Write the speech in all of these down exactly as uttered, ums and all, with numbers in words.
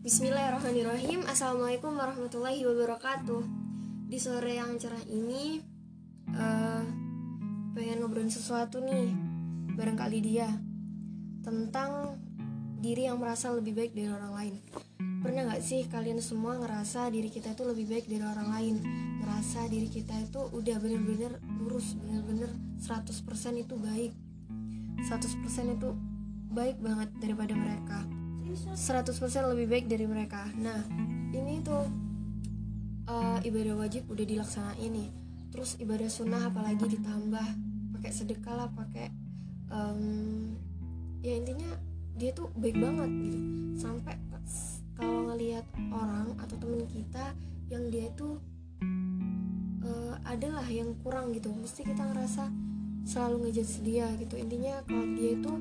Bismillahirrahmanirrahim. Assalamualaikum warahmatullahi wabarakatuh. Di sore yang cerah ini uh, pengen ngobrolin sesuatu nih bareng Kak Lydia tentang diri yang merasa lebih baik dari orang lain. Pernah gak sih kalian semua ngerasa diri kita itu lebih baik dari orang lain? Ngerasa diri kita itu udah bener-bener lurus, bener-bener seratus persen itu baik, seratus persen itu baik banget daripada mereka, seratus persen lebih baik dari mereka. Nah, ini tuh uh, ibadah wajib udah dilaksanain nih. Terus ibadah sunnah apalagi ditambah pakai sedekah lah, pakai um, ya intinya dia tuh baik banget gitu. Sampai kalau ngelihat orang atau temen kita yang dia tuh uh, adalah yang kurang gitu, mesti kita ngerasa selalu ngejudge dia gitu. Intinya kalau dia itu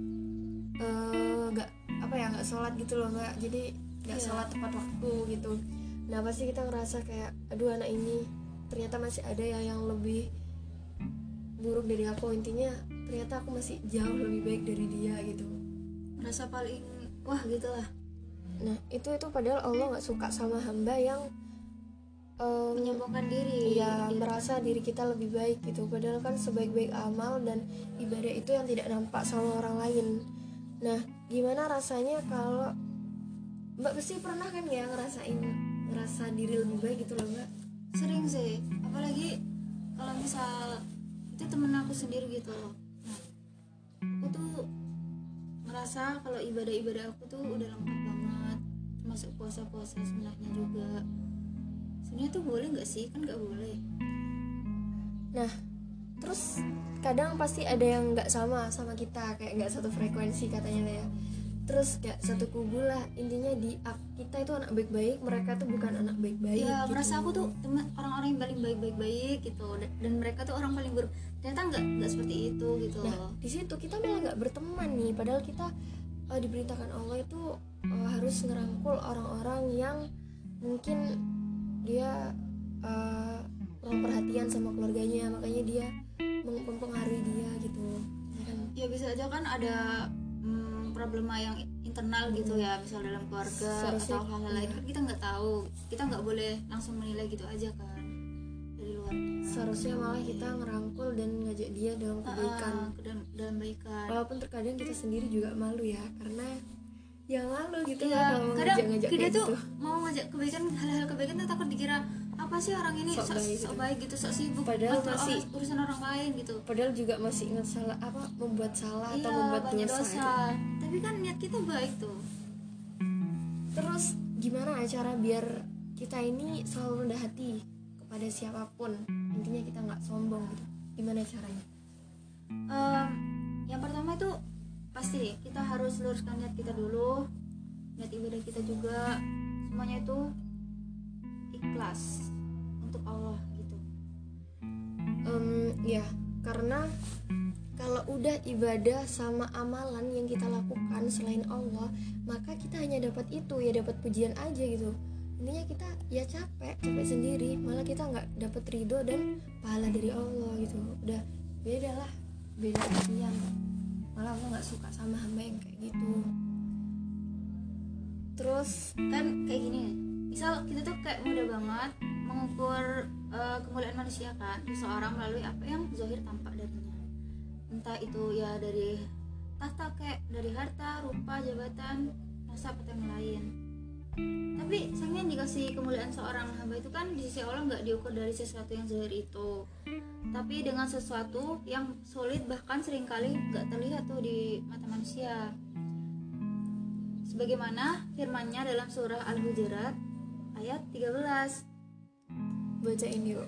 uh, gak apa ya nggak sholat gitu loh, nggak jadi nggak yeah. sholat tepat waktu gitu. Nah pasti kita ngerasa kayak aduh anak ini ternyata masih ada ya yang lebih buruk dari aku. Intinya ternyata aku masih jauh lebih baik dari dia gitu, merasa paling wah gitulah. Nah itu itu padahal Allah nggak suka sama hamba yang um, menyombongkan diri, ya merasa diri kita lebih baik gitu. Padahal kan sebaik-baik amal dan ibadah itu yang tidak nampak sama orang lain. Nah, gimana rasanya kalau Mbak pasti pernah kan ya ngerasain ngerasa diri lebih baik gitu loh Mbak? Sering sih, apalagi kalau misal itu temen aku sendiri gitu loh. Nah, aku tuh ngerasa kalau ibadah-ibadah aku tuh udah lengkap banget, termasuk puasa-puasa sunnahnya juga. Sebenarnya tuh boleh nggak sih? Kan nggak boleh. Nah, terus kadang pasti ada yang nggak sama sama kita, kayak nggak satu frekuensi katanya lah ya. Terus nggak satu kubu lah. Intinya di kita itu anak baik-baik, mereka tuh bukan anak baik-baik. Ya gitu. merasa aku tuh teman orang-orang yang paling baik-baik gitu, dan mereka tuh orang paling buruk. Ternyata nggak nggak seperti itu gitu. Nah di situ kita malah nggak berteman nih, padahal kita uh, diberitakan Allah itu uh, harus ngerangkul orang-orang yang mungkin dia uh, kurang perhatian sama keluarganya, makanya dia mempengaruhi dia gitu ya kan? Ya bisa aja kan ada hmm, problema yang internal gitu ya, misal dalam keluarga Seharusnya, atau hal-hal lain kan kita nggak tahu, kita nggak boleh langsung menilai gitu aja kan dari luarnya. Seharusnya malah kita ngerangkul dan ngajak dia dalam kebaikan, uh, dalam, dalam baikan. Walaupun terkadang kita sendiri juga malu ya, karena ya malu gitu ya, kalau mau kadang ngajak-ngajak kita kayak tuh gitu. mau ngajak kebaikan, hal-hal kebaikan tuh takut dikira apa sih orang ini sok, sok baik, sok baik gitu, sok sibuk padahal masih orang, urusan orang lain gitu. Padahal juga masih ingat salah apa membuat salah iya, atau membuat dosa, dosa. Tapi kan niat kita baik tuh. Terus gimana cara biar kita ini selalu rendah hati kepada siapapun? Intinya kita nggak sombong gitu. Gimana caranya? Um, yang pertama itu pasti kita harus luruskan niat kita dulu, niat ibadah kita juga, semuanya itu ikhlas untuk Allah gitu. Um, ya karena kalau udah ibadah sama amalan yang kita lakukan selain Allah, maka kita hanya dapat itu, ya dapat pujian aja gitu. Intinya kita ya capek, capek sendiri, malah kita nggak dapat ridho dan pahala dari Allah gitu. Udah beda lah, beda kasihan. Malah Allah nggak suka sama hamba yang kayak gitu. Terus kan kayak gini, misal kita tuh kayak mudah banget mengukur uh, kemuliaan manusia kan, seseorang melalui apa yang zahir tampak darinya, entah itu ya dari tahta, kayak dari harta, rupa, jabatan, nasab atau yang lain. Tapi sayangnya dikasih kemuliaan seorang hamba itu kan di sisi Allah nggak diukur dari sesuatu yang zahir itu, tapi dengan sesuatu yang solid, bahkan seringkali nggak terlihat tuh di mata manusia. Sebagaimana firman-Nya dalam surah Al-Hujurat ayat tiga belas. Bacain yuk.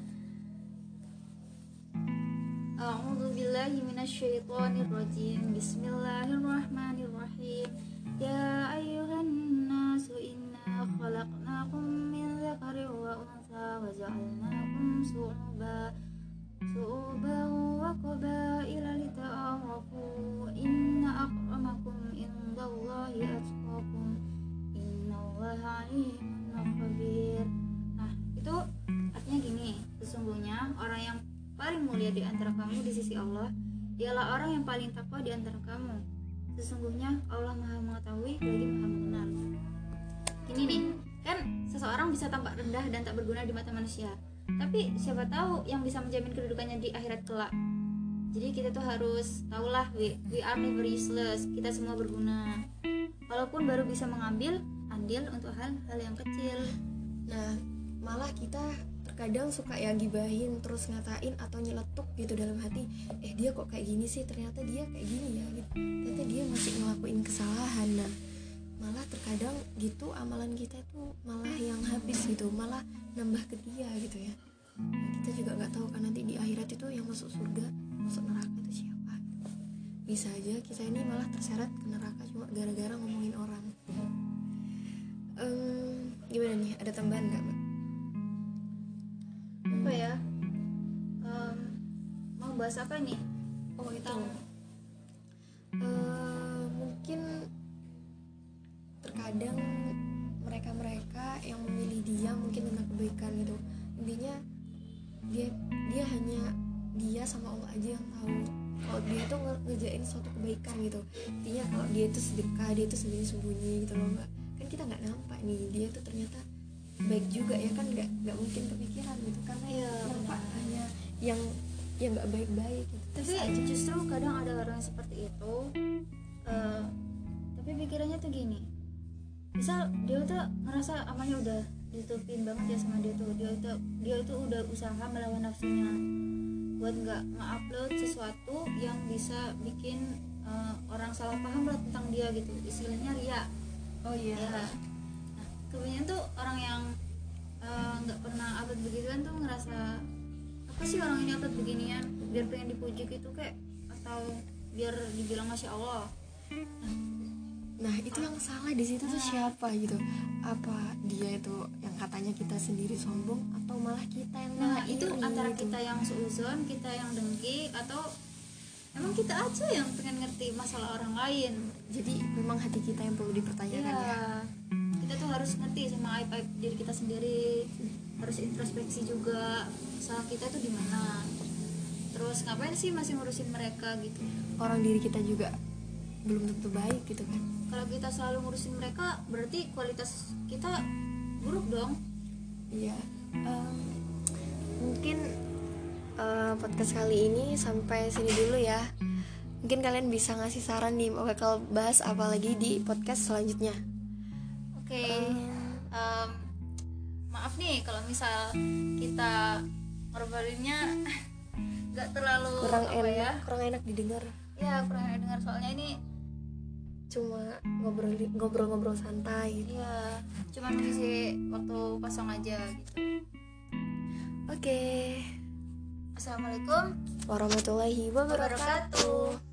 A'udzu billahi minasyaitonir rajim. Bismillahirrahmanirrahim. Ya ayyuhan nasu inna khalaqnakum min dzakarin wa untha wa ja'alnakum syu'uban syu'uban wa qabaila lita'arafu inna akramakum indallahi atqakum innallaha alimun khabir. Nah, itu artinya gini, sesungguhnya orang yang paling mulia di antara kamu di sisi Allah ialah orang yang paling takwa di antara kamu. Sesungguhnya Allah Maha mengetahui lagi Maha mengenal. ini nih, kan seseorang bisa tampak rendah dan tak berguna di mata manusia, tapi siapa tahu yang bisa menjamin kedudukannya di akhirat kelak. Jadi kita tuh harus tahulah, we, we are never useless, kita semua berguna, walaupun baru bisa mengambil andil untuk hal-hal yang kecil. Nah, malah kita terkadang suka ya gibahin, terus ngatain atau nyeletuk gitu dalam hati, eh dia kok kayak gini sih, ternyata dia kayak gini ya gitu. Ternyata dia masih ngelakuin kesalahan. Nah, malah terkadang gitu amalan kita tuh malah yang habis gitu, malah nambah ke dia gitu ya. Nah, kita juga nggak tahu kan nanti di akhirat itu yang masuk surga, masuk neraka itu siapa. Bisa aja kita ini malah terseret ke neraka cuma gara-gara ngomongin orang. Um, gimana nih, ada tambahan nggak Mbak? Apa ya, um, mau bahas apa nih? Oh itu Tentang uh, mungkin terkadang mereka-mereka yang memilih dia mungkin tentang kebaikan gitu, intinya dia dia hanya dia sama Allah aja yang tahu kalau dia itu ngerjain suatu kebaikan gitu. Intinya kalau dia itu sedekah, dia itu sembunyi-sembunyi gitu loh Mbak, kan kita nggak nampak nih dia tuh ternyata baik juga ya kan, nggak nggak mungkin kepikiran gitu karena Iya, yang nampak benar. hanya yang yang nggak baik-baik gitu. Tapi justru kadang ada orang yang seperti itu, uh, tapi pikirannya tuh gini, misal dia tuh ngerasa amalnya udah ditutupin banget ya sama dia tuh, dia tuh dia tuh udah usaha melawan nafsunya buat nggak nge-upload sesuatu yang bisa bikin uh, orang salah paham lah tentang dia gitu, istilahnya ria. Oh iya. Ya. Nah, kebanyakan tuh orang yang nggak uh, pernah upload begituan tuh ngerasa apa sih orang ini upload beginian biar pengen dipuji gitu kayak, atau biar dibilang masya Allah. Nah, Nah itu yang salah di situ tuh siapa gitu? Apa dia itu yang katanya kita sendiri sombong, atau malah kita yang nah malah itu iri antara gitu? kita yang seuzon, kita yang dengki, atau emang kita aja yang pengen ngerti masalah orang lain. Jadi memang hati kita yang perlu dipertanyakan ya. Ya, kita tuh harus ngerti sama aib-aib diri kita sendiri, harus introspeksi juga salah kita tuh di mana. Terus ngapain sih masih ngurusin mereka gitu? Orang diri kita juga belum tentu baik gitu kan. Kalau kita selalu ngurusin mereka, berarti kualitas kita buruk dong. Iya. Um, mungkin uh, podcast kali ini sampai sini dulu ya. Mungkin kalian bisa ngasih saran nih mau bakal bahas apa lagi di podcast selanjutnya. Oke. Okay. Um, maaf nih kalau misal kita ngorbaninnya nggak terlalu Kurang apa enak, ya? kurang enak didengar. Ya kurang enak dengar, soalnya ini Cuma ngobrol ngobrol-ngobrol santai. ya cuma mengisi waktu kosong aja gitu. Oke. Assalamualaikum Warahmatullahi wabarakatuh. wabarakatuh.